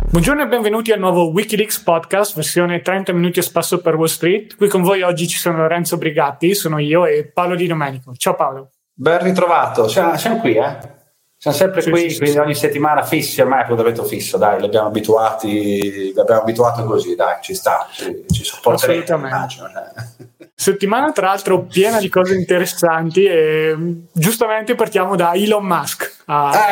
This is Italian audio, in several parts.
Buongiorno e benvenuti al nuovo Wikileaks podcast, versione 30 minuti a spasso per Wall Street. Qui con voi oggi ci sono Lorenzo Brigatti, sono io, e Paolo Di Domenico. Ciao Paolo. Ben ritrovato, siamo qui, Siamo sempre qui, quindi ogni settimana fissi, ormai è appuntamento fisso, dai, l'abbiamo abituato così, dai, ci sta, ci sopporteremo. Assolutamente. Settimana tra l'altro piena di cose interessanti e giustamente partiamo da Elon Musk.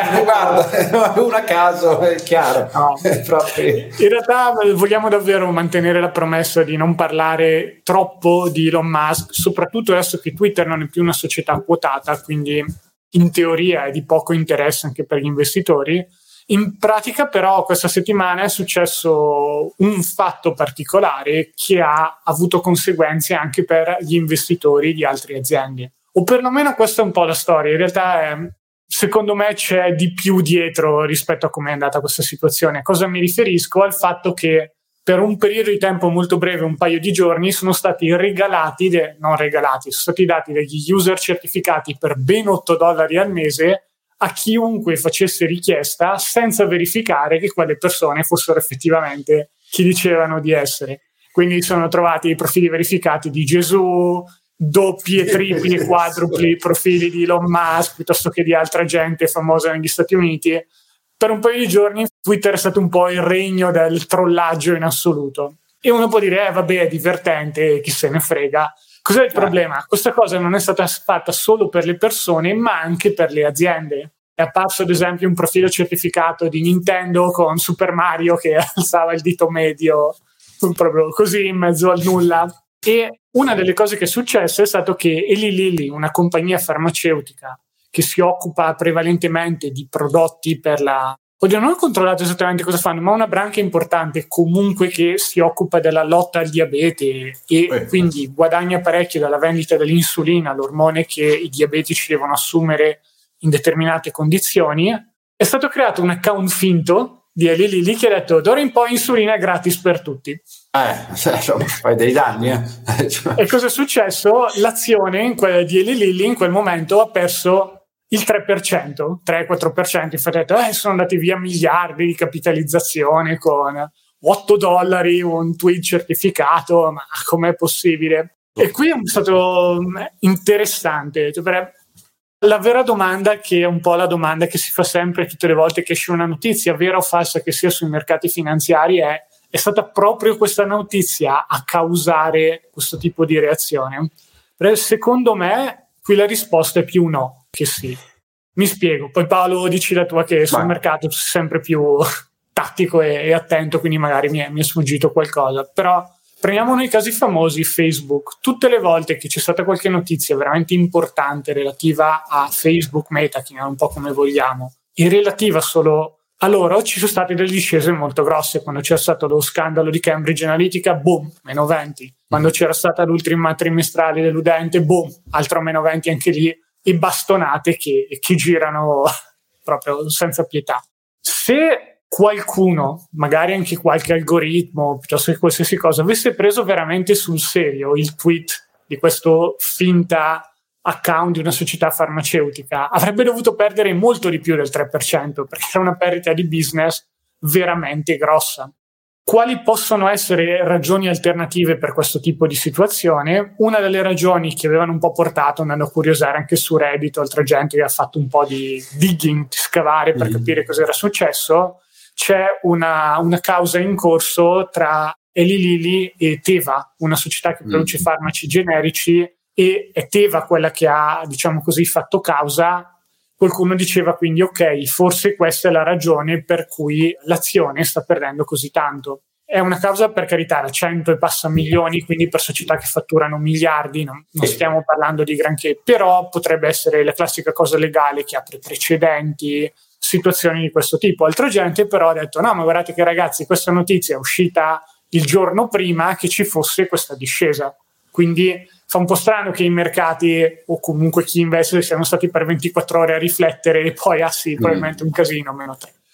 Guarda, uno a caso, è chiaro. No. In realtà vogliamo davvero mantenere la promessa di non parlare troppo di Elon Musk, soprattutto adesso che Twitter non è più una società quotata, quindi in teoria è di poco interesse anche per gli investitori. In pratica però questa settimana è successo un fatto particolare che ha avuto conseguenze anche per gli investitori di altre aziende, o perlomeno questa è un po' la storia. In realtà secondo me c'è di più dietro rispetto a come è andata questa situazione. A cosa mi riferisco? Al fatto che per un periodo di tempo molto breve, un paio di giorni, sono stati sono stati dati degli user certificati per ben $8 al mese a chiunque facesse richiesta senza verificare che quelle persone fossero effettivamente chi dicevano di essere. Quindi sono trovati i profili verificati di Gesù, doppi e tripli e quadrupli profili di Elon Musk piuttosto che di altra gente famosa negli Stati Uniti. Per un paio di giorni Twitter è stato un po' il regno del trollaggio in assoluto. E uno può dire, vabbè, è divertente, chi se ne frega. Cos'è il problema? Questa cosa non è stata fatta solo per le persone, ma anche per le aziende. È apparso ad esempio un profilo certificato di Nintendo con Super Mario che alzava il dito medio proprio così in mezzo al nulla. E una delle cose che è successo è stato che Eli Lilly, una compagnia farmaceutica che si occupa prevalentemente di prodotti per non ho controllato esattamente cosa fanno, ma una branca importante comunque che si occupa della lotta al diabete e quindi guadagna parecchio dalla vendita dell'insulina, l'ormone che i diabetici devono assumere in determinate condizioni. È stato creato un account finto di Eli Lilly che ha detto d'ora in poi insulina è gratis per tutti. Fai dei danni. E cosa è successo? L'azione di Eli Lilly in quel momento ha perso il 3%, 3-4%, infatti sono andati via miliardi di capitalizzazione con $8 un tweet certificato, ma com'è possibile? E qui è stato interessante, la vera domanda, che è un po' la domanda che si fa sempre tutte le volte che esce una notizia, vera o falsa che sia sui mercati finanziari, è stata proprio questa notizia a causare questo tipo di reazione? Secondo me qui la risposta è più no che sì. Mi spiego, poi Paolo dici la tua, che sul mercato sei sempre più tattico e attento, quindi magari mi è sfuggito qualcosa, però prendiamo noi casi famosi. Facebook, tutte le volte che c'è stata qualche notizia veramente importante relativa a Facebook, Meta, chiamiamo un po' come vogliamo, e relativa solo a loro, ci sono state delle discese molto grosse. Quando c'era stato lo scandalo di Cambridge Analytica, boom, meno 20. Quando c'era stata l'ultima trimestrale dell'udente, boom, altro meno 20 anche lì, e bastonate che girano proprio senza pietà. Se qualcuno, magari anche qualche algoritmo, piuttosto che qualsiasi cosa, avesse preso veramente sul serio il tweet di questo finta account di una società farmaceutica, avrebbe dovuto perdere molto di più del 3%, perché era una perdita di business veramente grossa. Quali possono essere ragioni alternative per questo tipo di situazione? Una delle ragioni che avevano un po' portato, andando a curiosare anche su Reddit, altra gente che ha fatto un po' di digging, di scavare per capire cosa era successo, c'è una causa in corso tra Eli Lilly e Teva, una società che produce farmaci generici, e è Teva quella che ha, diciamo così, fatto causa. Qualcuno diceva quindi ok, forse questa è la ragione per cui l'azione sta perdendo così tanto. È una causa, per carità, da 100 e passa milioni, quindi per società che fatturano miliardi non stiamo parlando di granché, però potrebbe essere la classica cosa legale che apre precedenti, situazioni di questo tipo. Altra gente però ha detto no, ma guardate che ragazzi, questa notizia è uscita il giorno prima che ci fosse questa discesa, quindi fa un po' strano che i mercati o comunque chi investe siano stati per 24 ore a riflettere e poi sì, probabilmente un casino, meno 3.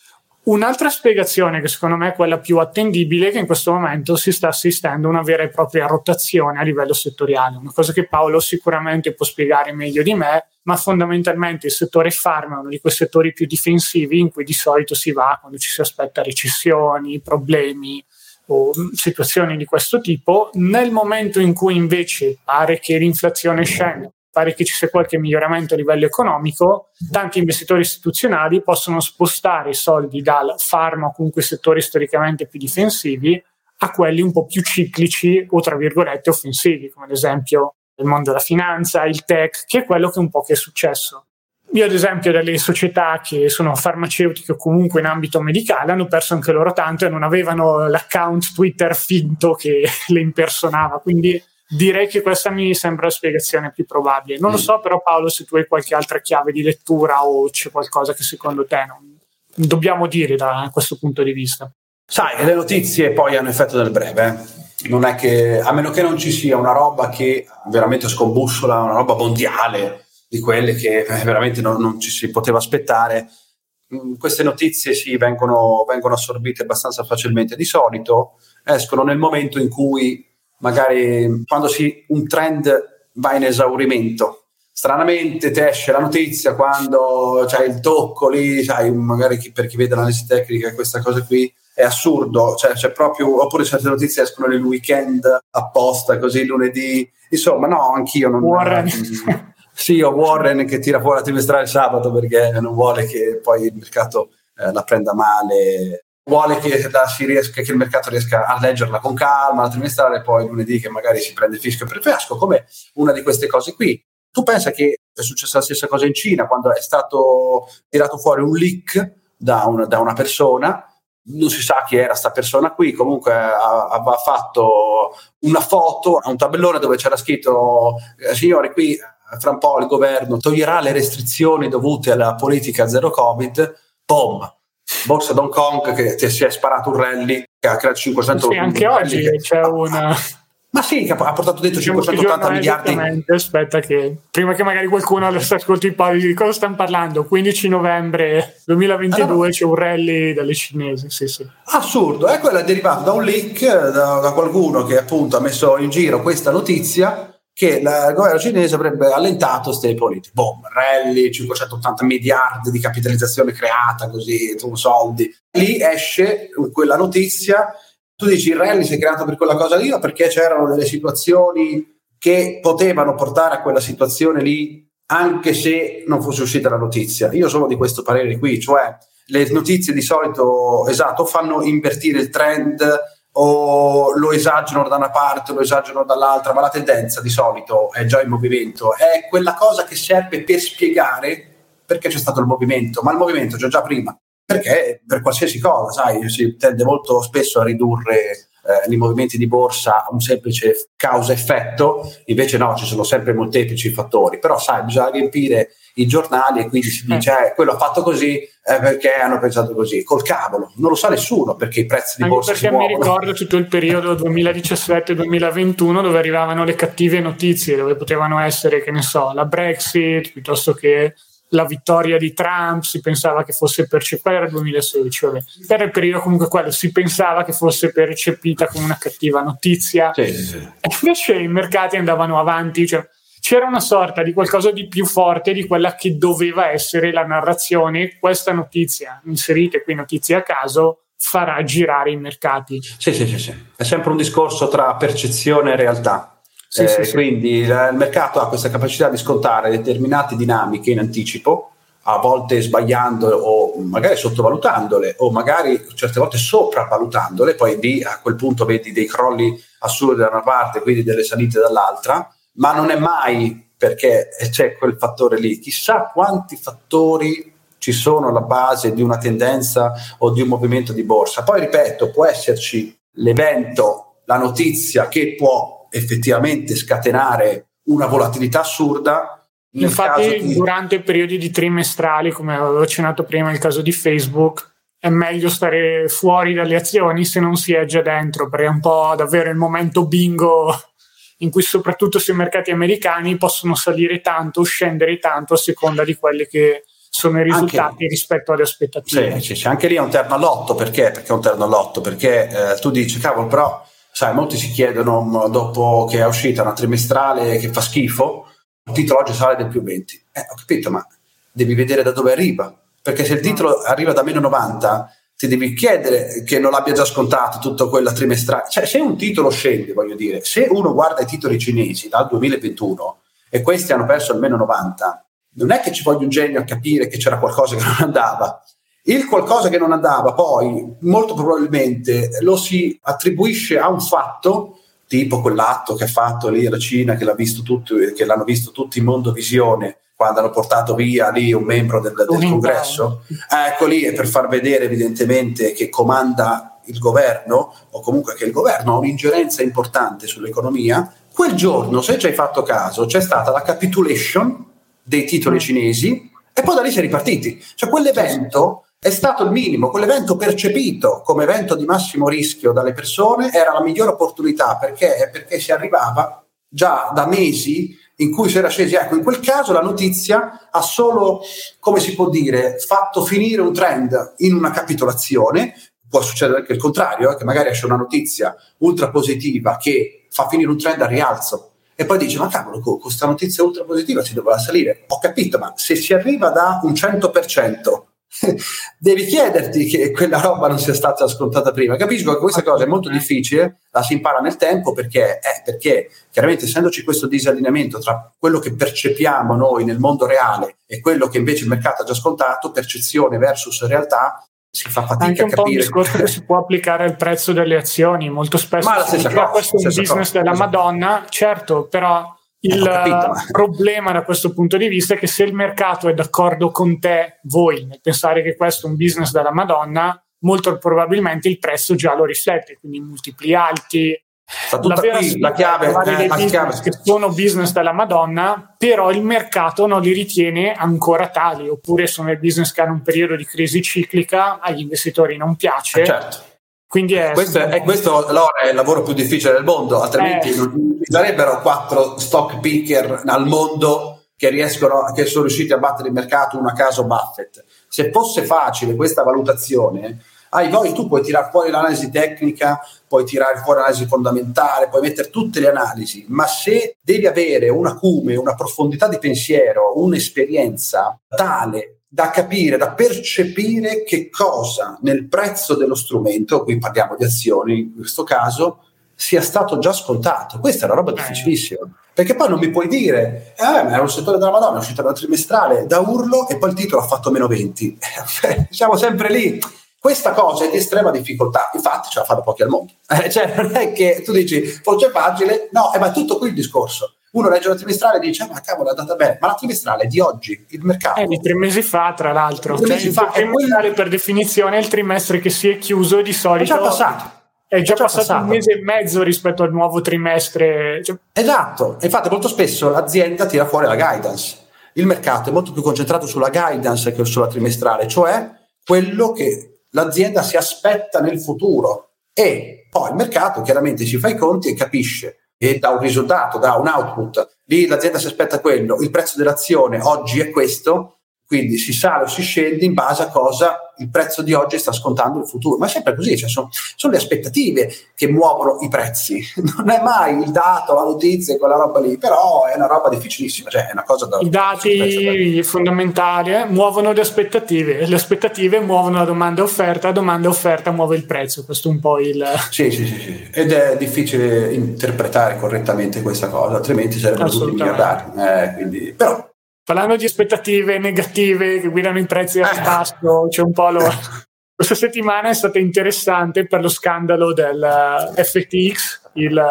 Un'altra spiegazione, che secondo me è quella più attendibile, è che in questo momento si sta assistendo a una vera e propria rotazione a livello settoriale, una cosa che Paolo sicuramente può spiegare meglio di me, ma fondamentalmente il settore farma è uno di quei settori più difensivi in cui di solito si va quando ci si aspetta recessioni, problemi o situazioni di questo tipo. Nel momento in cui invece pare che l'inflazione scenda, pare che ci sia qualche miglioramento a livello economico, tanti investitori istituzionali possono spostare i soldi dal farma o comunque settori storicamente più difensivi a quelli un po' più ciclici o tra virgolette offensivi, come ad esempio il mondo della finanza, il tech, che è quello che un po' che è successo. Io ad esempio delle società che sono farmaceutiche o comunque in ambito medicale hanno perso anche loro tanto e non avevano l'account Twitter finto che le impersonava, quindi direi che questa mi sembra la spiegazione più probabile. Non lo so però Paolo se tu hai qualche altra chiave di lettura o c'è qualcosa che secondo te non dobbiamo dire da questo punto di vista. Sai, le notizie poi hanno effetto del breve. Non è che, a meno che non ci sia una roba che veramente scombussola, una roba mondiale di quelle che veramente non ci si poteva aspettare, queste notizie vengono assorbite abbastanza facilmente. Di solito escono nel momento in cui magari quando un trend va in esaurimento. Stranamente ti esce la notizia quando c'hai il tocco lì, sai, magari per chi vede l'analisi tecnica questa cosa qui è assurdo, cioè c'è proprio, oppure certe notizie escono nel weekend apposta, così lunedì, insomma no, anch'io non... Warren. Sì, ho Warren che tira fuori la trimestrale il sabato perché non vuole che poi il mercato la prenda male, vuole che il mercato riesca a leggerla con calma, la trimestrale, poi lunedì che magari si prende il fischio per il fiasco, come una di queste cose qui. Tu pensa che è successa la stessa cosa in Cina quando è stato tirato fuori un leak da una persona, non si sa chi era sta persona qui, comunque aveva fatto una foto a un tabellone dove c'era scritto signori qui fra un po' il governo toglierà le restrizioni dovute alla politica zero Covid, boom, borsa d'Hong Kong che si è sparato un rally che ha creato 500 sì, anche oggi c'è una... Ma sì, che ha portato dentro 580 miliardi. Aspetta che prima che magari qualcuno adesso ascolti il palio di cosa stanno parlando, 15 novembre 2022 c'è un rally dalle cinesi, sì. Assurdo, quello è derivato da un leak da qualcuno che appunto ha messo in giro questa notizia che il governo cinese avrebbe allentato queste politiche. Boom, rally, 580 miliardi di capitalizzazione creata, così, soldi. Lì esce quella notizia. Tu dici il rally si è creato per quella cosa lì o perché c'erano delle situazioni che potevano portare a quella situazione lì anche se non fosse uscita la notizia? Io sono di questo parere qui, cioè le notizie di solito fanno invertire il trend o lo esagerano da una parte o lo esagerano dall'altra, ma la tendenza di solito è già in movimento, è quella cosa che serve per spiegare perché c'è stato il movimento, ma il movimento c'è già prima. Perché per qualsiasi cosa, sai, si tende molto spesso a ridurre i movimenti di borsa a un semplice causa-effetto, invece no, ci sono sempre molteplici fattori, però sai, bisogna riempire i giornali e quindi si dice quello ha fatto così perché hanno pensato così, col cavolo, non lo sa nessuno perché i prezzi di borsa si muovono. Perché mi ricordo tutto il periodo 2017-2021 dove arrivavano le cattive notizie, dove potevano essere, che ne so, la Brexit piuttosto che la vittoria di Trump, si pensava che fosse percepita, era il 2016, vabbè. Per il periodo comunque quello si pensava che fosse percepita come una cattiva notizia, sì. E invece i mercati andavano avanti, cioè c'era una sorta di qualcosa di più forte di quella che doveva essere la narrazione. Questa notizia, inserite qui notizie a caso, farà girare i mercati. Sì. È sempre un discorso tra percezione e realtà. Sì. Quindi il mercato ha questa capacità di scontare determinate dinamiche in anticipo, a volte sbagliando o magari sottovalutandole o magari certe volte sopravvalutandole, poi lì a quel punto vedi dei crolli assurdi da una parte, quindi delle salite dall'altra, ma non è mai perché c'è quel fattore lì. Chissà quanti fattori ci sono alla base di una tendenza o di un movimento di borsa. Poi ripeto, può esserci l'evento, la notizia che può effettivamente scatenare una volatilità assurda. Infatti durante periodi di trimestrali, come avevo accennato prima nel caso di Facebook, è meglio stare fuori dalle azioni se non si è già dentro, perché è un po' davvero il momento bingo in cui soprattutto sui mercati americani possono salire tanto o scendere tanto a seconda di quelle che sono i risultati rispetto alle aspettative. Sì, anche lì è un terno all'otto. Perché è un terno all'otto? Perché tu dici, cavolo, però sai, molti si chiedono, dopo che è uscita una trimestrale che fa schifo, il titolo oggi sale del più 20. Ho capito, ma devi vedere da dove arriva, perché se il titolo arriva da meno 90 ti devi chiedere che non l'abbia già scontato tutta quella trimestrale. Cioè, se un titolo scende, voglio dire, se uno guarda i titoli cinesi dal 2021 e questi hanno perso almeno 90, non è che ci voglia un genio a capire che c'era qualcosa che non andava. Il qualcosa che non andava poi molto probabilmente lo si attribuisce a un fatto, tipo quell'atto che ha fatto lì la Cina, che l'hanno visto tutti in Mondovisione quando hanno portato via lì un membro del congresso. Ecco, lì è per far vedere evidentemente che comanda il governo, o comunque che il governo ha un'ingerenza importante sull'economia. Quel giorno, se ci hai fatto caso, c'è stata la capitulation dei titoli cinesi e poi da lì si è ripartiti. Cioè quell'evento è stato il minimo, quell'evento percepito come evento di massimo rischio dalle persone era la migliore opportunità, perché si arrivava già da mesi in cui si era scesi. Ecco, in quel caso la notizia ha solo, come si può dire, fatto finire un trend in una capitolazione. Può succedere anche il contrario, che magari esce una notizia ultra positiva che fa finire un trend a rialzo e poi dice, ma cavolo, con questa notizia ultra positiva si doveva salire. Ho capito, ma se si arriva da un 100% devi chiederti che quella roba non sia stata scontata prima. Capisco che questa cosa è molto difficile, la si impara nel tempo, perché chiaramente, essendoci questo disallineamento tra quello che percepiamo noi nel mondo reale e quello che invece il mercato ha già scontato, percezione versus realtà, si fa fatica anche a capire. Un po' un discorso che si può applicare al prezzo delle azioni. Molto spesso si dice che questo è un business della Madonna, certo, però il problema da questo punto di vista è che se il mercato è d'accordo con te, voi, nel pensare che questo è un business della Madonna, molto probabilmente il prezzo già lo riflette, quindi multipli alti. La chiave che sono business della Madonna, però il mercato non li ritiene ancora tali, oppure sono i business che hanno un periodo di crisi ciclica, agli investitori non piace. Certo. Quindi questo allora è il lavoro più difficile del mondo, altrimenti non ci sarebbero 4 stock picker al mondo che sono riusciti a battere il mercato, uno a caso Buffett. Se fosse facile questa valutazione, tu puoi tirare fuori l'analisi tecnica, puoi tirare fuori l'analisi fondamentale, puoi mettere tutte le analisi, ma se devi avere un acume, una profondità di pensiero, un'esperienza tale da capire, da percepire che cosa nel prezzo dello strumento, qui parliamo di azioni in questo caso, sia stato già scontato. Questa è una roba difficilissima, perché poi non mi puoi dire ma era un settore della Madonna, è uscita una trimestrale da urlo e poi il titolo ha fatto meno 20. Siamo sempre lì. Questa cosa è di estrema difficoltà, infatti ce la fanno pochi al mondo. Cioè non è che tu dici fosse facile, no, ma è tutto qui il discorso. Uno legge la trimestrale e dice ma cavolo è andata bene, ma la trimestrale è di oggi, il mercato è di 3 mesi fa, tra l'altro. Il trimestrale per definizione è il trimestre che si è chiuso, di solito è già passato un mese e mezzo rispetto al nuovo trimestre. Esatto, infatti molto spesso l'azienda tira fuori la guidance, il mercato è molto più concentrato sulla guidance che sulla trimestrale, cioè quello che l'azienda si aspetta nel futuro, e poi il mercato chiaramente si fa i conti e capisce e dà un risultato, dà un output. Lì l'azienda si aspetta quello, il prezzo dell'azione oggi è questo, quindi si sale o si scende in base a cosa il prezzo di oggi sta scontando il futuro. Ma è sempre così, cioè sono le aspettative che muovono i prezzi, non è mai il dato, la notizia, quella roba lì, però è una roba difficilissima, cioè è una cosa da... I dati fondamentali muovono le aspettative muovono la domanda e offerta muove il prezzo. Questo è un po' il... Sì, ed è difficile interpretare correttamente questa cosa, altrimenti sarebbero tutti miliardari, quindi... Però parlando di aspettative negative che guidano i prezzi al tasso, c'è un po' questa settimana è stata interessante per lo scandalo del FTX,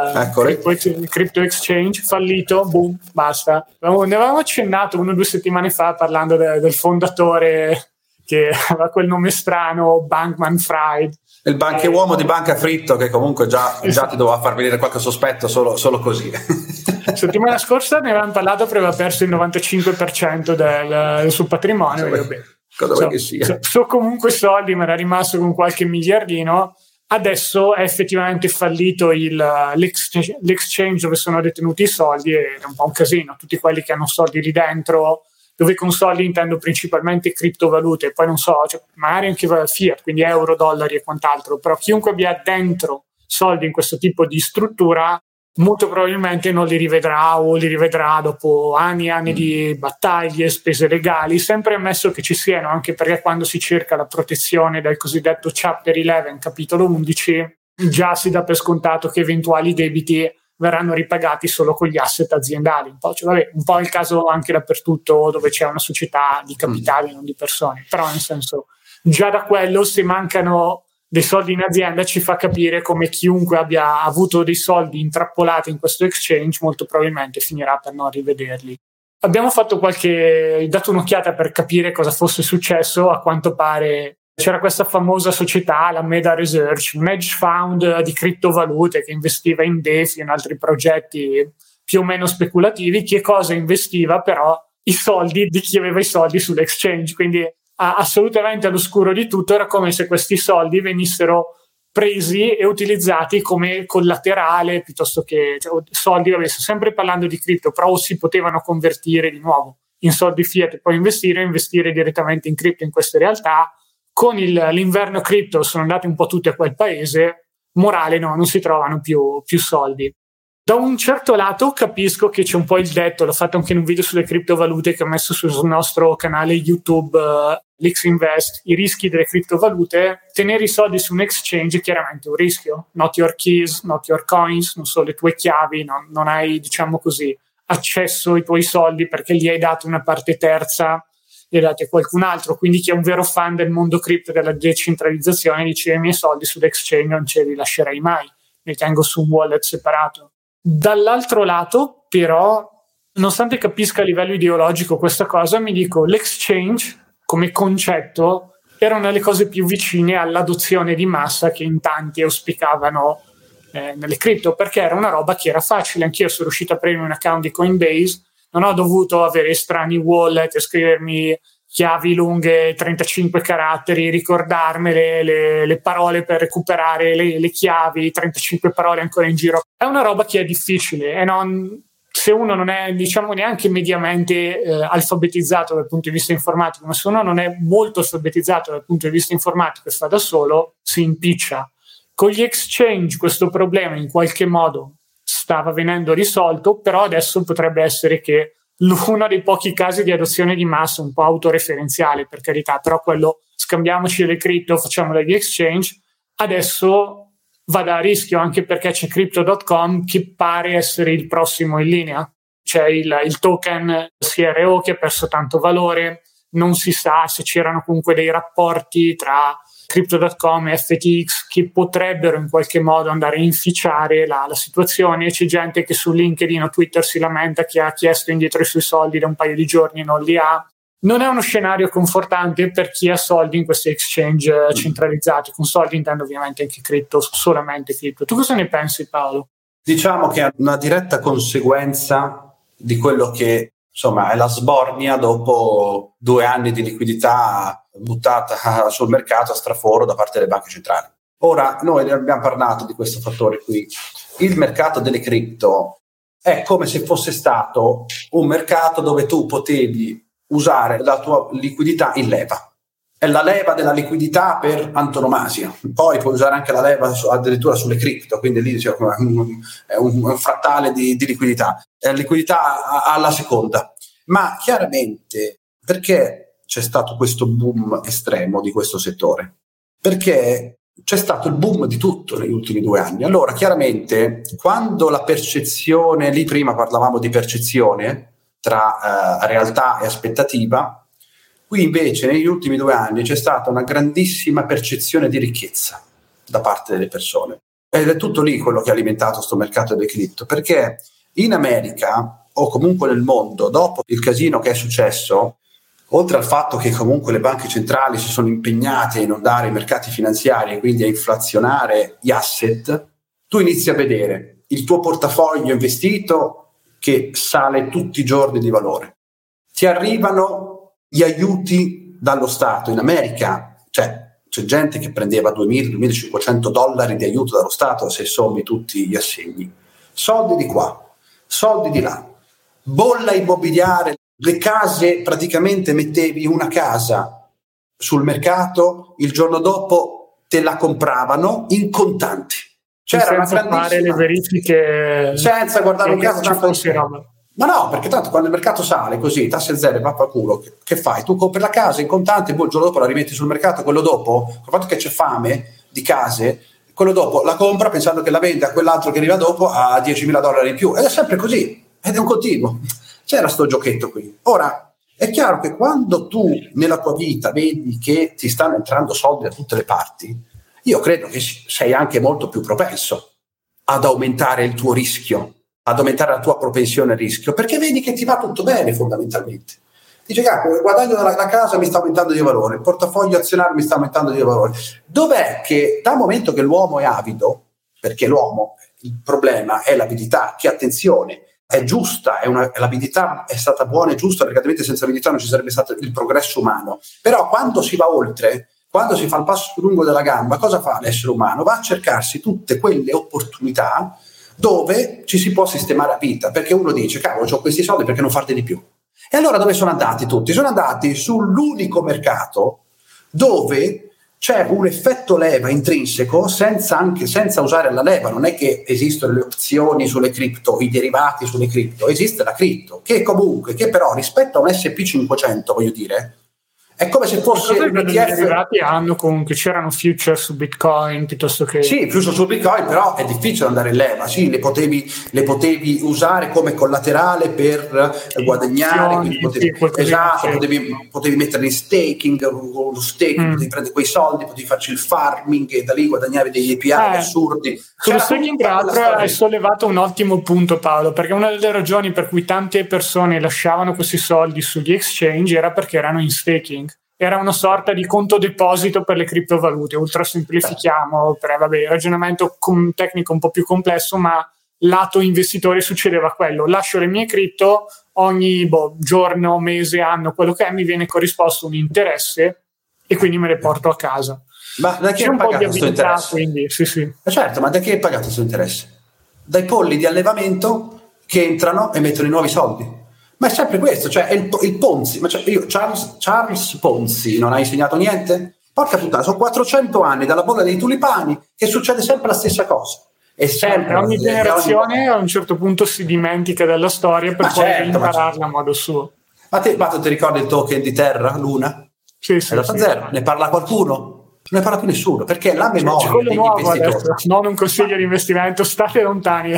il crypto exchange fallito, boom, basta. Ne avevamo accennato 1 o 2 settimane fa parlando del fondatore che aveva quel nome strano, Bankman-Fried. Il bancheuomo di Banca Fritto, che comunque già ti doveva far venire qualche sospetto solo così. Settimana scorsa ne avevamo parlato, aveva perso il 95% del suo patrimonio. Cosa vuoi che sia? So comunque soldi, ma era rimasto con qualche miliardino. Adesso è effettivamente fallito l'exchange dove sono detenuti i soldi, ed è un po' un casino. Tutti quelli che hanno soldi lì dentro, dove con soldi intendo principalmente criptovalute, poi non so, cioè magari anche fiat, quindi euro, dollari e quant'altro, però chiunque abbia dentro soldi in questo tipo di struttura molto probabilmente non li rivedrà o li rivedrà dopo anni e anni di battaglie, spese legali, sempre ammesso che ci siano, anche perché quando si cerca la protezione dal cosiddetto Chapter 11, capitolo 11, già si dà per scontato che eventuali debiti verranno ripagati solo con gli asset aziendali. Un po' il caso anche dappertutto dove c'è una società di capitali, non di persone, però nel senso già da quello, se mancano dei soldi in azienda, ci fa capire come chiunque abbia avuto dei soldi intrappolati in questo exchange molto probabilmente finirà per non rivederli. Abbiamo dato un'occhiata per capire cosa fosse successo. A quanto pare c'era questa famosa società, la Meta Research, un hedge fund di criptovalute che investiva in DeFi e in altri progetti più o meno speculativi. Che cosa investiva? Però i soldi di chi aveva i soldi sull'exchange, quindi assolutamente all'oscuro di tutto. Era come se questi soldi venissero presi e utilizzati come collaterale piuttosto che soldi. Sempre parlando di cripto, però si potevano convertire di nuovo in soldi fiat e poi investire direttamente in cripto in queste realtà. Con l'inverno cripto sono andati un po' tutti a quel paese, morale no, non si trovano più soldi. Da un certo lato capisco che c'è un po' il detto, l'ho fatto anche in un video sulle criptovalute che ho messo sul nostro canale YouTube, l'X-Invest, i rischi delle criptovalute. Tenere i soldi su un exchange è chiaramente un rischio. Not your keys, not your coins, non sono le tue chiavi, non hai, diciamo così, accesso ai tuoi soldi perché gli hai dato una parte terza, li hai dati a qualcun altro. Quindi chi è un vero fan del mondo cripto e della decentralizzazione dice: i miei soldi sull'exchange non ce li lascerei mai, li tengo su un wallet separato. Dall'altro lato, però, nonostante capisca a livello ideologico questa cosa, mi dico l'exchange come concetto era una delle cose più vicine all'adozione di massa che in tanti auspicavano nelle cripto, perché era una roba che era facile. Anch'io sono riuscito a prendere un account di Coinbase, non ho dovuto avere strani wallet e scrivermi chiavi lunghe 35 caratteri, ricordarmele le parole per recuperare le chiavi, 35 parole ancora in giro. È una roba che è difficile e se uno non è, diciamo, neanche mediamente alfabetizzato dal punto di vista informatico, ma se uno non è molto alfabetizzato dal punto di vista informatico e sta da solo, si impiccia. Con gli exchange questo problema in qualche modo stava venendo risolto, però adesso potrebbe essere che uno dei pochi casi di adozione di massa, un po' autoreferenziale per carità, però quello, scambiamoci le cripto, facciamo degli exchange, adesso vada a rischio, anche perché c'è Crypto.com che pare essere il prossimo in linea. C'è il token CRO che ha perso tanto valore, non si sa se c'erano comunque dei rapporti tra Crypto.com e FTX che potrebbero in qualche modo andare a inficiare la situazione. C'è gente che su LinkedIn o Twitter si lamenta che ha chiesto indietro i suoi soldi da un paio di giorni e non li ha. Non è uno scenario confortante per chi ha soldi in questi exchange centralizzati. Con soldi intendo ovviamente anche cripto, solamente cripto. Tu cosa ne pensi, Paolo? Diciamo che è una diretta conseguenza di quello che insomma è la sbornia dopo 2 anni di liquidità buttata sul mercato a straforo da parte delle banche centrali. Ora, noi abbiamo parlato di questo fattore qui. Il mercato delle cripto è come se fosse stato un mercato dove tu potevi usare la tua liquidità in leva. È la leva della liquidità per antonomasia. Poi puoi usare anche la leva addirittura sulle cripto, quindi lì è un frattale di liquidità. È liquidità alla seconda. Ma chiaramente perché c'è stato questo boom estremo di questo settore? Perché c'è stato il boom di tutto negli ultimi 2 anni. Allora, chiaramente, quando la percezione, lì prima parlavamo di percezione tra realtà e aspettativa, qui invece negli ultimi 2 anni c'è stata una grandissima percezione di ricchezza da parte delle persone. Ed è tutto lì quello che ha alimentato questo mercato delle cripto, perché in America o comunque nel mondo, dopo il casino che è successo, oltre al fatto che comunque le banche centrali si sono impegnate a inondare i mercati finanziari e quindi a inflazionare gli asset, tu inizi a vedere il tuo portafoglio investito che sale tutti i giorni di valore. Ti arrivano gli aiuti dallo Stato. In America c'è gente che prendeva $2.000-2.500 di aiuto dallo Stato se sommi tutti gli assegni. Soldi di qua, soldi di là. Bolla immobiliare le case, praticamente mettevi una casa sul mercato, il giorno dopo te la compravano in contanti. C'era una grandissima, fare le verifiche, senza guardare un caso, ci fosse roba. Ma no, perché tanto quando il mercato sale così, tasse zero e va a culo, che fai? Tu compri la casa in contanti, poi il giorno dopo la rimetti sul mercato, quello dopo, col fatto che c'è fame di case, quello dopo la compra pensando che la vende a quell'altro che arriva dopo a $10.000 in più, ed è sempre così, ed è un continuo. C'era sto giochetto qui. Ora, è chiaro che quando tu nella tua vita vedi che ti stanno entrando soldi da tutte le parti, io credo che sei anche molto più propenso ad aumentare il tuo rischio, ad aumentare la tua propensione al rischio, perché vedi che ti va tutto bene fondamentalmente. Dice, il guadagno della casa mi sta aumentando di valore, il portafoglio azionario mi sta aumentando di valore. Dov'è che dal momento che l'uomo è avido, perché l'uomo, il problema è l'avidità, che attenzione, è giusta, l'avidità è stata buona e giusta, perché altrimenti senza avidità non ci sarebbe stato il progresso umano. Però quando si va oltre, quando si fa il passo più lungo della gamba, cosa fa l'essere umano? Va a cercarsi tutte quelle opportunità dove ci si può sistemare a vita, perché uno dice, cavolo, ho questi soldi, perché non farne di più? E allora dove sono andati tutti? Sono andati sull'unico mercato dove c'è un effetto leva intrinseco senza usare la leva. Non è che esistono le opzioni sulle cripto, i derivati sulle cripto, esiste la cripto, che però rispetto a un SP500, voglio dire, è come se fosse un ETF. I derivati hanno comunque, c'erano future su Bitcoin piuttosto che... Sì, future su Bitcoin, però è difficile andare in leva. Sì, le potevi usare come collaterale per guadagnare, potevi metterle in staking, lo staking, potevi prendere quei soldi, potevi farci il farming e da lì guadagnavi degli API assurdi. Sullo staking, tra l'altro, hai sollevato un ottimo punto, Paolo, perché una delle ragioni per cui tante persone lasciavano questi soldi sugli exchange era perché erano in staking. Era una sorta di conto deposito per le criptovalute, ultra semplifichiamo, il ragionamento tecnico un po' più complesso, ma lato investitore succedeva quello: lascio le mie cripto, ogni giorno, mese, anno, quello che è, mi viene corrisposto un interesse e quindi me le porto a casa. Ma da chi c'è è un po' di questo abilità, interesse? quindi sì. Certo, ma da chi è pagato questo interesse? Dai polli di allevamento che entrano e mettono i nuovi soldi. Ma è sempre questo, cioè è il Ponzi. Ma Charles Ponzi non ha insegnato niente? Porca puttana, sono 400 anni dalla bolla dei tulipani che succede sempre la stessa cosa. È sempre ogni generazione a un certo punto si dimentica della storia per poi impararla a modo suo. Ma tu ti ricordi il token di Terra, Luna? Sì. È da zero. Ne parla qualcuno? Non ne parla più nessuno, perché la memoria degli investitori, non un consiglio di investimento, state lontani.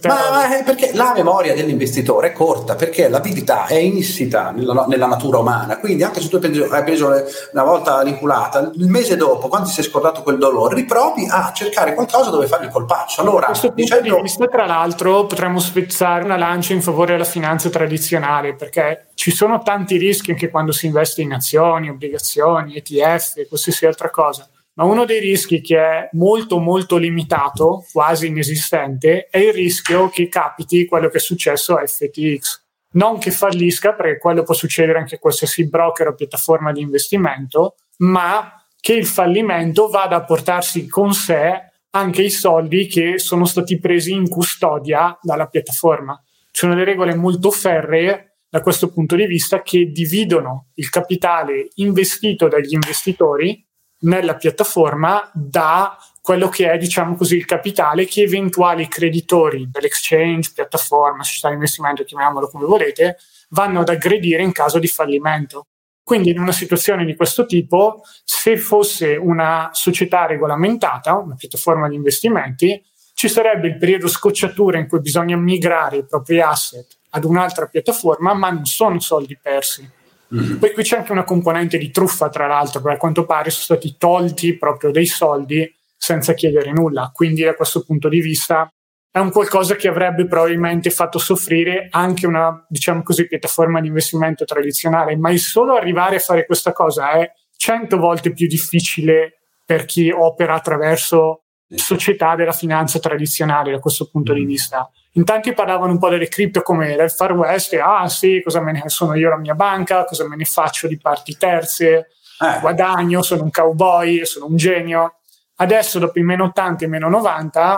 Ma perché la memoria dell'investitore è corta, perché l'avidità è insita nella natura umana. Quindi anche se tu hai preso una volta l'inculata, il mese dopo, quando ti sei scordato quel dolore, riprovi a cercare qualcosa dove fare il colpaccio. Allora, da questo punto di vista, tra l'altro, potremmo spezzare una lancia in favore della finanza tradizionale, perché ci sono tanti rischi anche quando si investe in azioni, obbligazioni, ETF e qualsiasi altra cosa. Ma uno dei rischi che è molto molto limitato, quasi inesistente, è il rischio che capiti quello che è successo a FTX. Non che fallisca, perché quello può succedere anche a qualsiasi broker o piattaforma di investimento, ma che il fallimento vada a portarsi con sé anche i soldi che sono stati presi in custodia dalla piattaforma. Ci sono delle regole molto ferree da questo punto di vista che dividono il capitale investito dagli investitori nella piattaforma da quello che è, diciamo così, il capitale che eventuali creditori dell'exchange, piattaforma, società di investimento, chiamiamolo come volete, vanno ad aggredire in caso di fallimento. Quindi in una situazione di questo tipo, se fosse una società regolamentata, una piattaforma di investimenti, ci sarebbe il periodo scocciatura in cui bisogna migrare i propri asset ad un'altra piattaforma, ma non sono soldi persi. Poi qui c'è anche una componente di truffa, tra l'altro, perché a quanto pare sono stati tolti proprio dei soldi senza chiedere nulla. Quindi da questo punto di vista è un qualcosa che avrebbe probabilmente fatto soffrire anche una, diciamo così, piattaforma di investimento tradizionale, ma il solo arrivare a fare questa cosa è 100 volte più difficile per chi opera attraverso società della finanza tradizionale da questo punto di vista. In tanti parlavano un po' delle cripto come del Far West, sì, cosa me ne sono io la mia banca, cosa me ne faccio di parti terze, guadagno, sono un cowboy, sono un genio. Adesso dopo i meno 80 e meno 90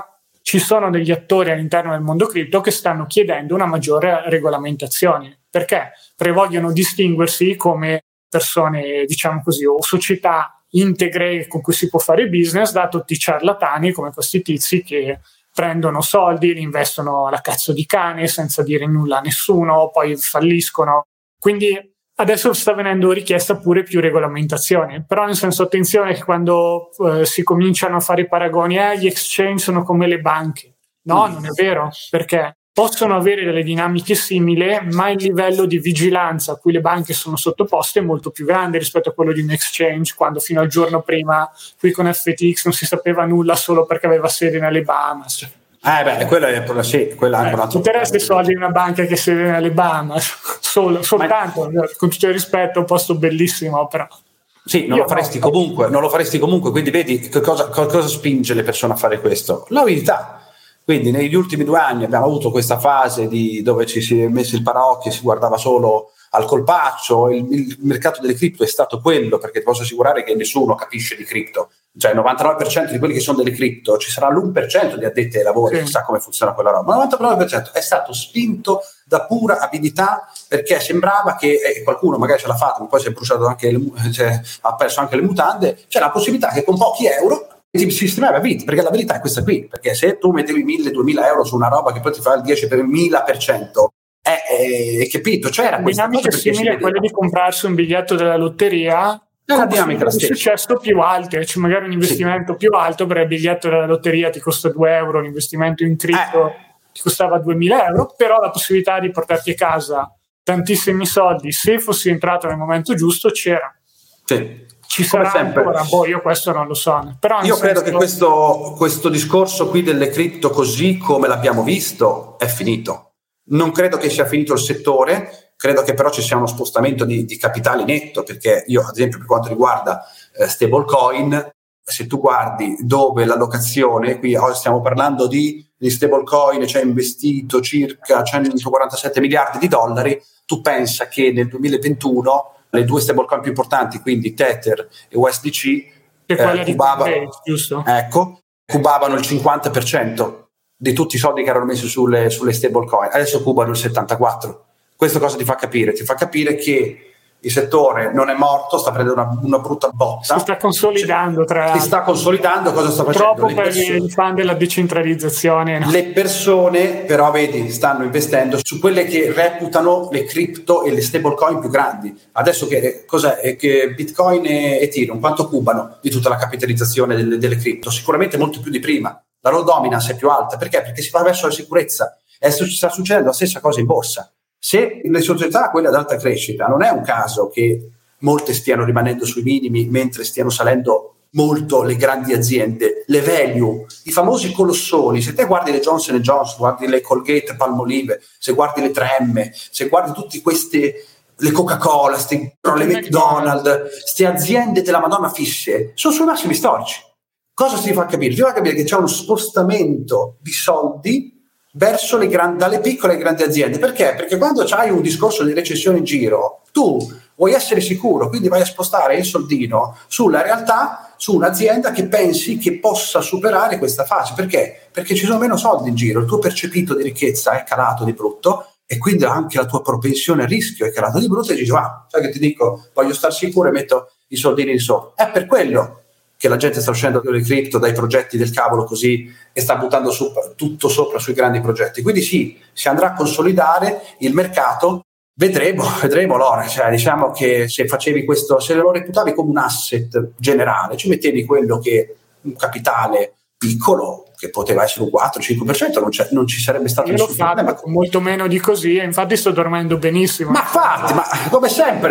ci sono degli attori all'interno del mondo cripto che stanno chiedendo una maggiore regolamentazione, perché vogliono distinguersi come persone, diciamo così, o società integre con cui si può fare business, da tutti i ciarlatani come questi tizi che prendono soldi, li investono alla cazzo di cane senza dire nulla a nessuno, poi falliscono. Quindi adesso sta venendo richiesta pure più regolamentazione, però nel senso, attenzione che quando si cominciano a fare i paragoni, gli exchange sono come le banche. No, non è vero, perché possono avere delle dinamiche simili, ma il livello di vigilanza a cui le banche sono sottoposte è molto più grande rispetto a quello di un exchange, quando fino al giorno prima qui con FTX non si sapeva nulla solo perché aveva sede nelle Bahamas. Quello è sì, quello è anche un altro. Interessa i soldi di una banca che ha sede nelle Bahamas, soltanto, con tutto il rispetto, un posto bellissimo, però. Sì, non lo faresti comunque, quindi vedi cosa spinge le persone a fare questo? L'avidità. Quindi negli ultimi 2 anni abbiamo avuto questa fase dove ci si è messo il paraocchio e si guardava solo al colpaccio. Il mercato delle cripto è stato quello, perché ti posso assicurare che nessuno capisce di cripto, cioè il 99% di quelli che sono delle cripto, ci sarà l'1% di addetti ai lavori che sa come funziona quella roba, ma il 99% è stato spinto da pura avidità, perché sembrava che qualcuno magari ce l'ha fatta, ma poi si è bruciato anche ha perso anche le mutande, c'è la possibilità che con pochi euro ti sistemava vita, perché la verità è questa qui, perché se tu mettevi 1.000-2.000 euro su una roba che poi ti fa il 10 per 1000%, capito? C'era questa dinamica simile a quella di comprarsi un biglietto della lotteria, la dinamica di successo più alte, c'è magari un investimento più alto, per il biglietto della lotteria ti costa 2 euro, l'investimento in cripto ti costava 2.000 euro, però la possibilità di portarti a casa tantissimi soldi, se fossi entrato nel momento giusto, c'era. Sì. Ci sarà ancora, io questo non lo so. Però io credo che questo discorso qui delle cripto, così come l'abbiamo visto, è finito. Non credo che sia finito il settore, credo che però ci sia uno spostamento di capitali netto, perché io, ad esempio, per quanto riguarda stablecoin, se tu guardi dove l'allocazione, qui oggi stiamo parlando di stablecoin, c'è investito circa 147 miliardi di dollari, tu pensa che nel 2021 le 2 stablecoin più importanti, quindi Tether e USDC, cubavano il 50% di tutti i soldi che erano messi sulle stablecoin. Adesso cubano il 74%. Questo cosa ti fa capire? Ti fa capire che il settore non è morto, sta prendendo una brutta botta. Si sta consolidando, si sta consolidando. Cosa sta facendo? Troppo per i fan della decentralizzazione. No? Le persone però, vedi, stanno investendo su quelle che reputano le cripto e le stablecoin più grandi. Adesso cos'è? Che Bitcoin e Ethereum, quanto cubano di tutta la capitalizzazione delle cripto? Sicuramente molto più di prima. La loro dominance è più alta. Perché? Perché si va verso la sicurezza. E sta succedendo la stessa cosa in borsa. Se le società, quelle ad alta crescita, non è un caso che molte stiano rimanendo sui minimi mentre stiano salendo molto le grandi aziende, le value, i famosi colossoni. Se te guardi le Johnson & Johnson, guardi le Colgate Palmolive, se guardi le 3M, se guardi tutte queste, le Coca-Cola, le McDonald's, queste aziende della Madonna fisse, sono sui massimi storici. Cosa si fa capire? Ti fa capire che c'è uno spostamento di soldi verso dalle piccole e grandi aziende. Perché? Perché quando c'hai un discorso di recessione in giro, tu vuoi essere sicuro, quindi vai a spostare il soldino sulla realtà, su un'azienda che pensi che possa superare questa fase. Perché? Perché ci sono meno soldi in giro, il tuo percepito di ricchezza è calato di brutto e quindi anche la tua propensione a rischio è calata di brutto, e dici, sai che ti dico, voglio star sicuro e metto i soldini di sopra. È per quello che la gente sta uscendo dalle cripto, dai progetti del cavolo così, e sta buttando tutto sopra sui grandi progetti. Quindi sì, si andrà a consolidare il mercato, vedremo l'ora. Cioè, diciamo che se facevi questo, se lo reputavi come un asset generale, ci mettevi quello che un capitale piccolo, che poteva essere un 4-5%, non ci sarebbe stato nessun problema. Con molto meno di così, e infatti sto dormendo benissimo. Ma come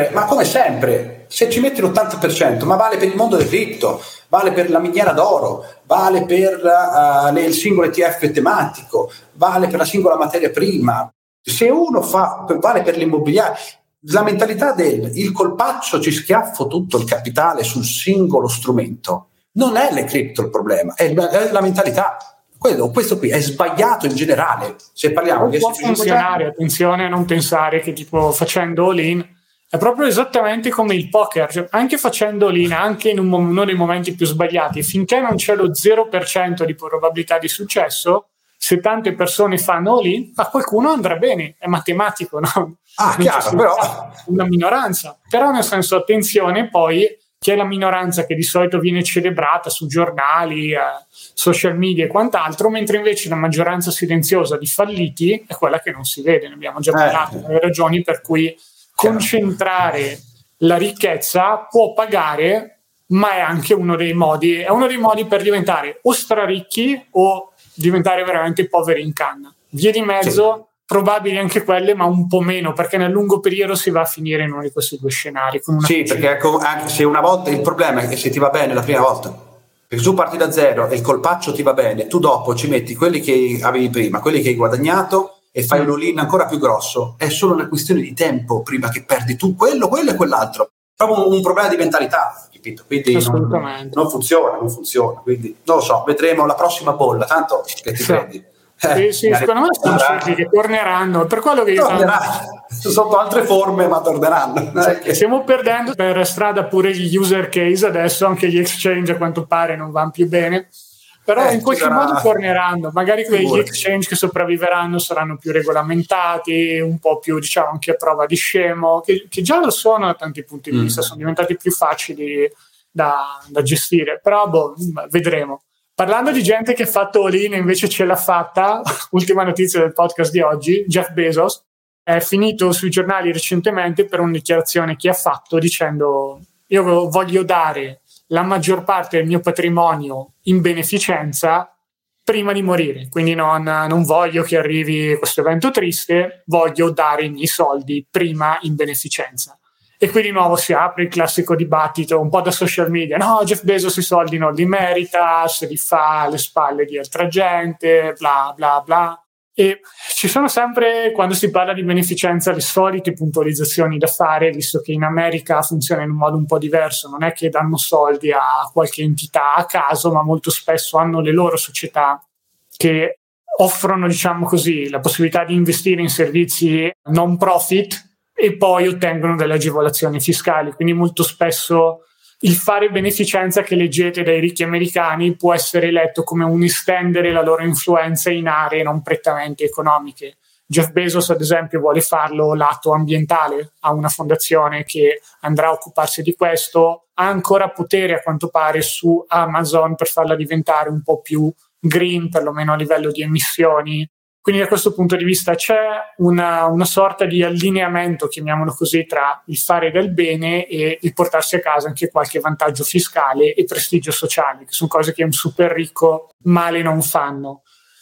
sempre, se ci metti l'80%, ma vale per il mondo del cripto, vale per la miniera d'oro, vale per il singolo ETF tematico, vale per la singola materia prima. Se uno vale per l'immobiliare. La mentalità il colpaccio, ci schiaffo tutto il capitale sul singolo strumento. Non è le cripto il problema, è la mentalità. Questo qui è sbagliato in generale. Se parliamo può funzionare, attenzione a non pensare che tipo facendo all-in È proprio esattamente come il poker, cioè, anche facendo all-in, anche in uno dei momenti più sbagliati, finché non c'è lo 0% di probabilità di successo, se tante persone fanno all-in, a qualcuno andrà bene, è matematico, no? Chiaro, però una minoranza. Però nel senso, attenzione poi, che è la minoranza che di solito viene celebrata su giornali, social media e quant'altro, mentre invece la maggioranza silenziosa di falliti è quella che non si vede, ne abbiamo già parlato, le ragioni per cui concentrare la ricchezza può pagare, ma è anche uno dei modi per diventare o straricchi o diventare veramente poveri in canna. Vie di mezzo, probabili anche quelle, ma un po' meno, perché nel lungo periodo si va a finire in uno di questi due scenari. Perché anche se una volta, il problema è che se ti va bene la prima volta, perché tu parti da zero e il colpaccio ti va bene, tu dopo ci metti quelli che avevi prima, quelli che hai guadagnato e fai un all-in ancora più grosso. È solo una questione di tempo prima che perdi tu quello e quell'altro. È proprio un problema di mentalità, capito? Quindi non funziona. Quindi non lo so, vedremo la prossima bolla, tanto che ti prendi. Sì, secondo me sono cicli che torneranno, per quello che sotto altre forme, ma torneranno. Stiamo perdendo per strada pure gli user case adesso, anche gli exchange a quanto pare non vanno più bene, però in qualche modo torneranno, magari quegli exchange che sopravviveranno saranno più regolamentati, un po' più, diciamo, anche a prova di scemo, che già lo sono da tanti punti di vista, sono diventati più facili da gestire, però vedremo. Parlando di gente che ha fatto all-in e invece ce l'ha fatta, ultima notizia del podcast di oggi, Jeff Bezos è finito sui giornali recentemente per una dichiarazione che ha fatto dicendo: io voglio dare la maggior parte del mio patrimonio in beneficenza prima di morire, quindi non voglio che arrivi questo evento triste, voglio dare i miei soldi prima in beneficenza. E qui di nuovo si apre il classico dibattito un po' da social media: no, Jeff Bezos i soldi non li merita, se li fa alle spalle di altra gente, bla bla bla. E ci sono sempre, quando si parla di beneficenza, le solite puntualizzazioni da fare, visto che in America funziona in un modo un po' diverso. Non è che danno soldi a qualche entità a caso, ma molto spesso hanno le loro società che offrono, diciamo così, la possibilità di investire in servizi non profit e poi ottengono delle agevolazioni fiscali. Quindi molto spesso il fare beneficenza, che leggete dai ricchi americani, può essere letto come un estendere la loro influenza in aree non prettamente economiche. Jeff Bezos, ad esempio, vuole farlo lato ambientale, ha una fondazione che andrà a occuparsi di questo, ha ancora potere a quanto pare su Amazon per farla diventare un po' più green, perlomeno a livello di emissioni. Quindi da questo punto di vista c'è una sorta di allineamento, chiamiamolo così, tra il fare del bene e il portarsi a casa anche qualche vantaggio fiscale e prestigio sociale, che sono cose che un super ricco male non fanno.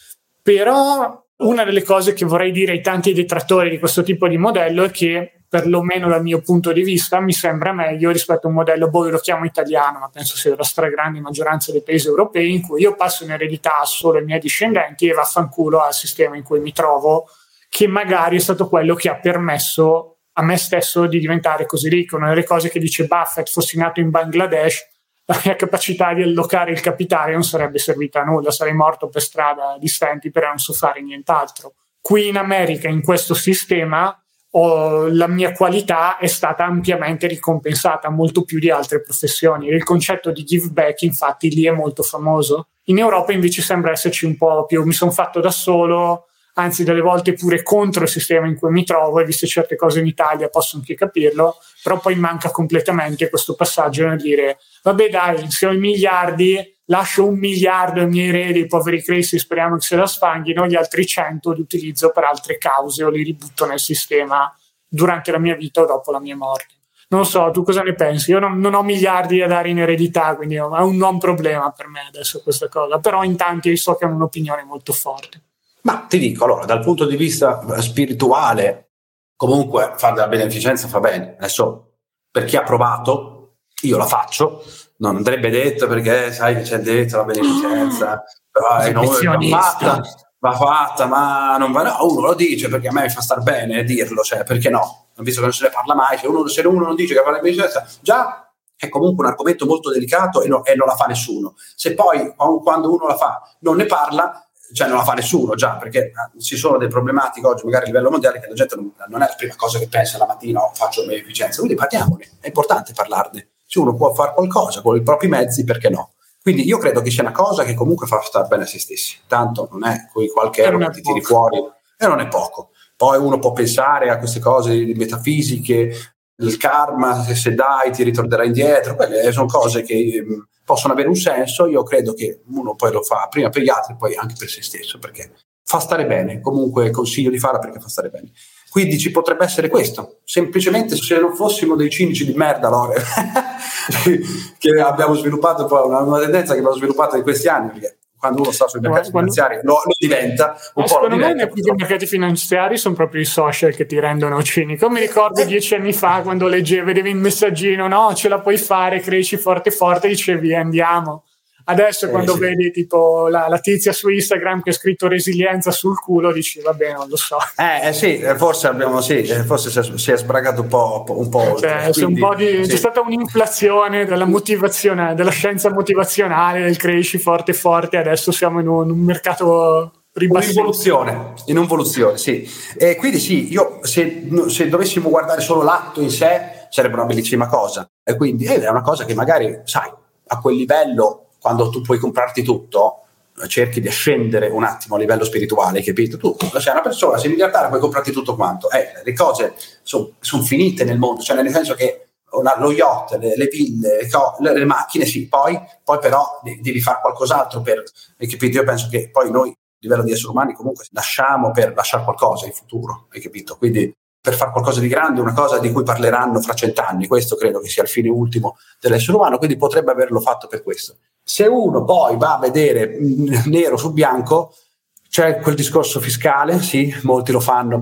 Però una delle cose che vorrei dire ai tanti detrattori di questo tipo di modello è che, perlomeno dal mio punto di vista, mi sembra meglio rispetto a un modello, lo chiamo italiano, ma penso sia della stragrande maggioranza dei paesi europei, in cui io passo in eredità solo ai miei discendenti e vaffanculo al sistema in cui mi trovo, che magari è stato quello che ha permesso a me stesso di diventare così ricco. Una delle cose che dice Buffett: fossi nato in Bangladesh, la mia capacità di allocare il capitale non sarebbe servita a nulla, sarei morto per strada di stenti, però non so fare nient'altro. Qui in America, in questo sistema, la mia qualità è stata ampiamente ricompensata, molto più di altre professioni. Il concetto di give back, infatti, lì è molto famoso. In Europa invece sembra esserci un po' più mi sono fatto da solo, anzi delle volte pure contro il sistema in cui mi trovo, e viste certe cose in Italia posso anche capirlo, però poi manca completamente questo passaggio nel dire: vabbè dai, se ho i miliardi lascio 1 miliardo ai miei eredi, i poveri cristi, speriamo che se la sfanghino, gli altri 100 li utilizzo per altre cause o li ributto nel sistema durante la mia vita o dopo la mia morte. Non so, tu cosa ne pensi? Io non ho miliardi da dare in eredità, quindi è un non problema per me adesso questa cosa, però in tanti so che hanno un'opinione molto forte. Ma ti dico, allora, dal punto di vista spirituale, comunque fare della beneficenza fa bene. Adesso, per chi ha provato, io la faccio, non andrebbe detto, perché sai che c'è detto la beneficenza, va fatta, ma non va, no, uno lo dice perché a me mi fa star bene dirlo, cioè perché no? Visto che non se ne parla mai, se uno non dice che fa la beneficenza, già è comunque un argomento molto delicato e non la fa nessuno. Se poi quando uno la fa non ne parla, cioè non la fa nessuno già, perché ci sono delle problematiche oggi magari a livello mondiale che la gente non è la prima cosa che pensa la mattina, faccio beneficenza, quindi parliamone, è importante parlarne. Se uno può fare qualcosa con i propri mezzi, perché no? Quindi io credo che sia una cosa che comunque fa star bene a se stessi, tanto non è con qualche euro che ti tiri fuori, e non è poco. Poi uno può pensare a queste cose di metafisiche, il karma, se dai ti ritornerà indietro, quelle sono cose che possono avere un senso. Io credo che uno poi lo fa prima per gli altri, poi anche per se stesso, perché fa stare bene. Comunque consiglio di farla perché fa stare bene. Quindi ci potrebbe essere questo, semplicemente se non fossimo dei cinici di merda, Lore, che abbiamo sviluppato poi una tendenza che abbiamo sviluppato in questi anni, perché quando uno sta sui mercati finanziari lo diventa un po'. Secondo me i mercati finanziari sono proprio i social che ti rendono cinico. Mi ricordo 10 anni fa quando vedevi il messaggino, no, ce la puoi fare, cresci forte forte, dicevi andiamo. Adesso quando vedi tipo la tizia su Instagram che ha scritto resilienza sul culo, dici vabbè, non lo so. Sì, forse si è sbragato un po'. Cioè, quindi, c'è stata un'inflazione della motivazione, della scienza motivazionale, del cresci forte forte, adesso siamo in un mercato ribassito. In un'evoluzione, sì. E quindi sì, io se dovessimo guardare solo l'atto in sé sarebbe una bellissima cosa. E quindi è una cosa che magari, sai, a quel livello, quando tu puoi comprarti tutto, cerchi di ascendere un attimo a livello spirituale, capito? Tu sei una persona, sei miliardario, puoi comprarti tutto quanto. Le cose sono finite nel mondo, cioè nel senso che lo yacht, le ville, le macchine, sì, poi però devi fare qualcos'altro hai capito? Io penso che poi noi, a livello di esseri umani, comunque nasciamo per lasciare qualcosa in futuro, hai capito? Quindi per fare qualcosa di grande, una cosa di cui parleranno fra 100 anni, questo credo che sia il fine ultimo dell'essere umano, quindi potrebbe averlo fatto per questo. Se uno poi va a vedere nero su bianco, c'è quel discorso fiscale, sì, molti lo fanno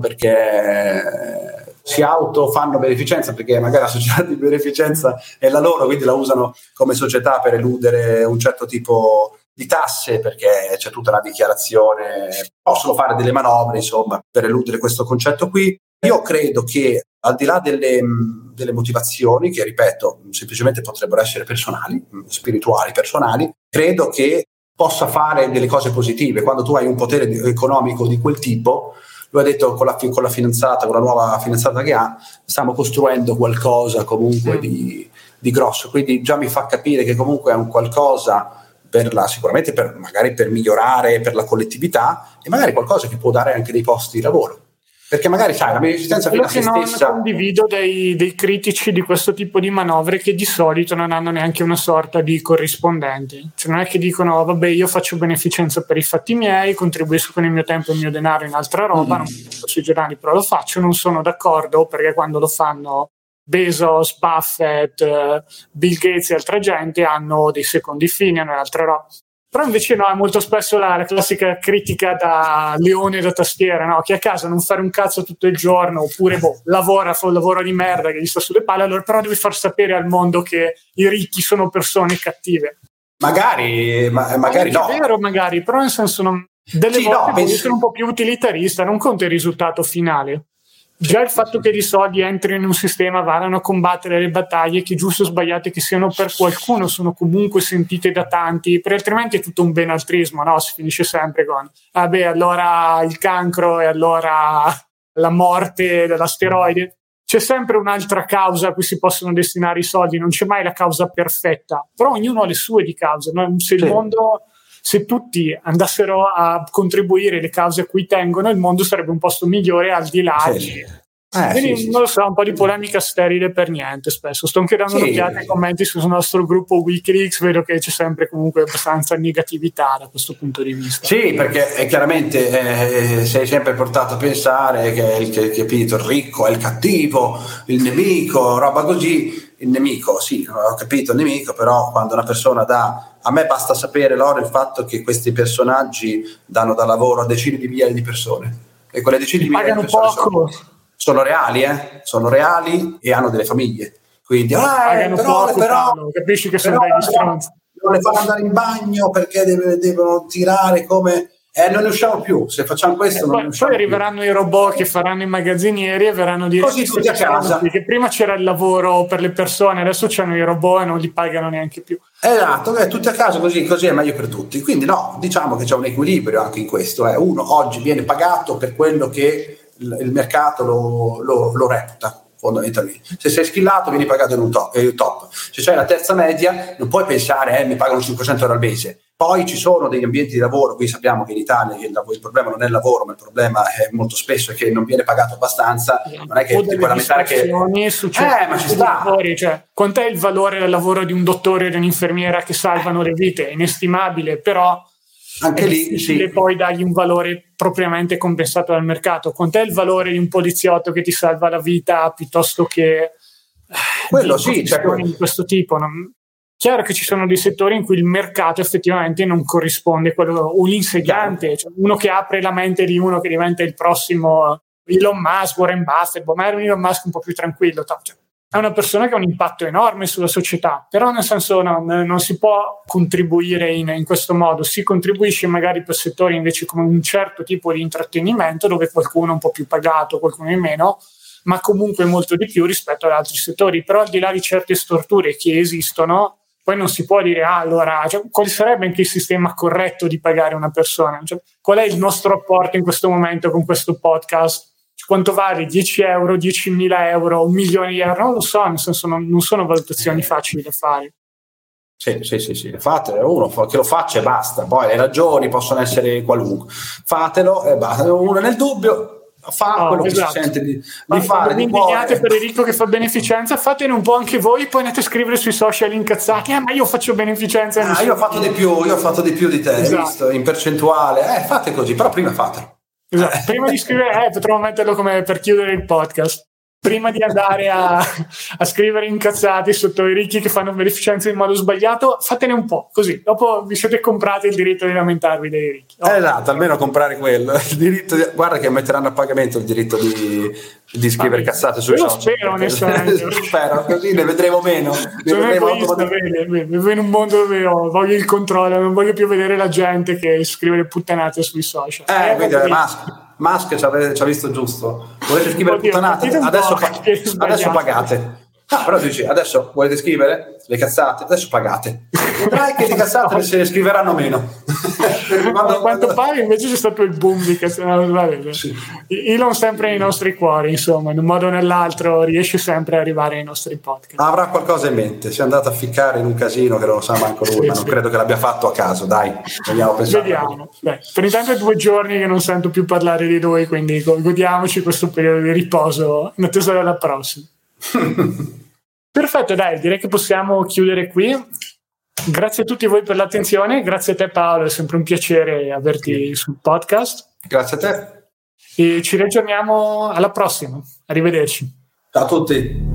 perché si autofanno beneficenza, perché magari la società di beneficenza è la loro, quindi la usano come società per eludere un certo tipo di tasse, perché c'è tutta una dichiarazione, possono fare delle manovre, insomma, per eludere questo concetto qui. Io credo che al di là delle motivazioni, che ripeto, semplicemente potrebbero essere personali, spirituali, personali, credo che possa fare delle cose positive. Quando tu hai un potere economico di quel tipo, lo ha detto con la fidanzata, con la nuova fidanzata che ha, stiamo costruendo qualcosa comunque di grosso, quindi già mi fa capire che comunque è un qualcosa sicuramente magari per migliorare per la collettività, e magari qualcosa che può dare anche dei posti di lavoro. Perché magari, sai, la beneficenza fino a se stessa. Non condivido dei critici di questo tipo di manovre che di solito non hanno neanche una sorta di corrispondenti. Cioè non è che dicono, vabbè, io faccio beneficenza per i fatti miei, contribuisco con il mio tempo e il mio denaro in altra roba, non sui giornali, però lo faccio, non sono d'accordo, perché quando lo fanno Bezos, Buffett, Bill Gates e altra gente hanno dei secondi fini, hanno altre robe. Però invece no, è molto spesso la classica critica da leone da tastiera, no? Che a casa non fare un cazzo tutto il giorno, oppure lavora, fa un lavoro di merda che gli sta sulle palle, allora però devi far sapere al mondo che i ricchi sono persone cattive. Magari no. È vero, magari, però nel senso delle volte puoi essere un po' più utilitarista, non conta il risultato finale. Già il fatto che i soldi entrino in un sistema, vadano a combattere le battaglie, che giusto o sbagliate che siano per qualcuno, sono comunque sentite da tanti, perché altrimenti è tutto un benaltrismo, no? Si finisce sempre con allora il cancro e allora la morte dell'asteroide. C'è sempre un'altra causa a cui si possono destinare i soldi, non c'è mai la causa perfetta, però ognuno ha le sue di cause, no? Se tutti andassero a contribuire alle cause a cui tengono, il mondo sarebbe un posto migliore al di là quindi non lo so, un po' di polemica sterile per niente spesso. Sto anche dando un'occhiata ai commenti sul nostro gruppo Wikileaks, vedo che c'è sempre comunque abbastanza negatività da questo punto di vista. Sì, perché chiaramente sei sempre portato a pensare che il ricco è il cattivo, il nemico, roba così. Il nemico, sì, ho capito il nemico, però quando una persona a me basta sapere, Loro, il fatto che questi personaggi danno da lavoro a decine di migliaia di persone, e quelle decine di migliaia di persone sono reali e hanno delle famiglie, quindi però capisci che sono degli stronzi, non le fanno andare in bagno perché devono tirare come Non ne usciamo più, se facciamo questo non ne usciamo poi arriveranno più. I robot che faranno i magazzinieri e verranno a dire così tutti a casa, che prima c'era il lavoro per le persone, adesso c'hanno i robot e non li pagano neanche più. Esatto, tutti a casa, così è meglio per tutti. Quindi no, diciamo che c'è un equilibrio anche in questo. Uno oggi viene pagato per quello che il mercato lo reputa, fondamentalmente. Se sei skillato vieni pagato in un top. Se c'hai la terza media non puoi pensare mi pagano 500 euro al mese. Poi ci sono degli ambienti di lavoro, qui sappiamo che in Italia il problema non è il lavoro, ma il problema è molto spesso che non viene pagato abbastanza. Non è che ti puoi lamentare che ma ci sta. Cioè, quant'è il valore del lavoro di un dottore o di un'infermiera che salvano le vite? È inestimabile, però anche è lì difficile poi dargli un valore propriamente compensato dal mercato. Quant'è il valore di un poliziotto che ti salva la vita piuttosto che quello di questo tipo? Chiaro che ci sono dei settori in cui il mercato effettivamente non corrisponde o l'insegnante, cioè uno che apre la mente di uno che diventa il prossimo Elon Musk, Warren Buffett, ma era un Elon Musk un po' più tranquillo, cioè, è una persona che ha un impatto enorme sulla società, però nel senso non si può contribuire in questo modo. Si contribuisce magari per settori invece come un certo tipo di intrattenimento dove qualcuno è un po' più pagato, qualcuno è meno, ma comunque molto di più rispetto ad altri settori. Però al di là di certe storture che esistono, poi non si può dire allora quale sarebbe anche il sistema corretto di pagare una persona, qual è il nostro rapporto in questo momento con questo podcast, quanto vale 10 euro, 10.000 euro, 1 milione di euro, non lo so, nel senso non sono valutazioni facili da fare. Sì, fatelo, uno che lo faccia e basta, poi le ragioni possono essere qualunque, fatelo e basta, uno nel dubbio fa quello che si sente di fare. Vi indignate per Enrico che fa beneficenza, fatene un po' anche voi, poi andate a scrivere sui social incazzati, ma io faccio beneficenza. Io ho fatto di più di te, visto, in percentuale, fate così, però prima fatelo. Esatto. Prima di scrivere, potremmo metterlo come per chiudere il podcast. Prima di andare a scrivere incazzati sotto i ricchi che fanno beneficenza in modo sbagliato, fatene un po', così. Dopo vi siete comprati il diritto di lamentarvi dei ricchi. Esatto, almeno comprare quello. Il diritto guarda che metteranno a pagamento il diritto di scrivere cazzate sui social. Spero, onestamente. Spero, così ne vedremo meno. Vivo in un mondo dove voglio il controllo, non voglio più vedere la gente che scrive le puttanate sui social. Vedi, Musk ci ha visto giusto. Volete scrivere puttanate? Adesso pagate. Però tu dici, adesso volete scrivere le cazzate? Adesso pagate. Vedrai che le cazzate se ne scriveranno meno. A quanto pare invece c'è stato il boom di cazzate. Sì. Elon sempre nei nostri cuori, insomma, in un modo o nell'altro riesce sempre ad arrivare ai nostri podcast. Avrà qualcosa in mente, si è andato a ficcare in un casino che non lo sa manco lui, ma non credo che l'abbia fatto a caso, dai, vediamo. Per intanto è 2 giorni che non sento più parlare di lui, quindi godiamoci questo periodo di riposo in attesa della prossima. Perfetto, dai, direi che possiamo chiudere qui. Grazie a tutti voi per l'attenzione, grazie a te Paolo, è sempre un piacere averti sul podcast. Grazie a te. E ci riaggiorniamo alla prossima, arrivederci. Ciao a tutti.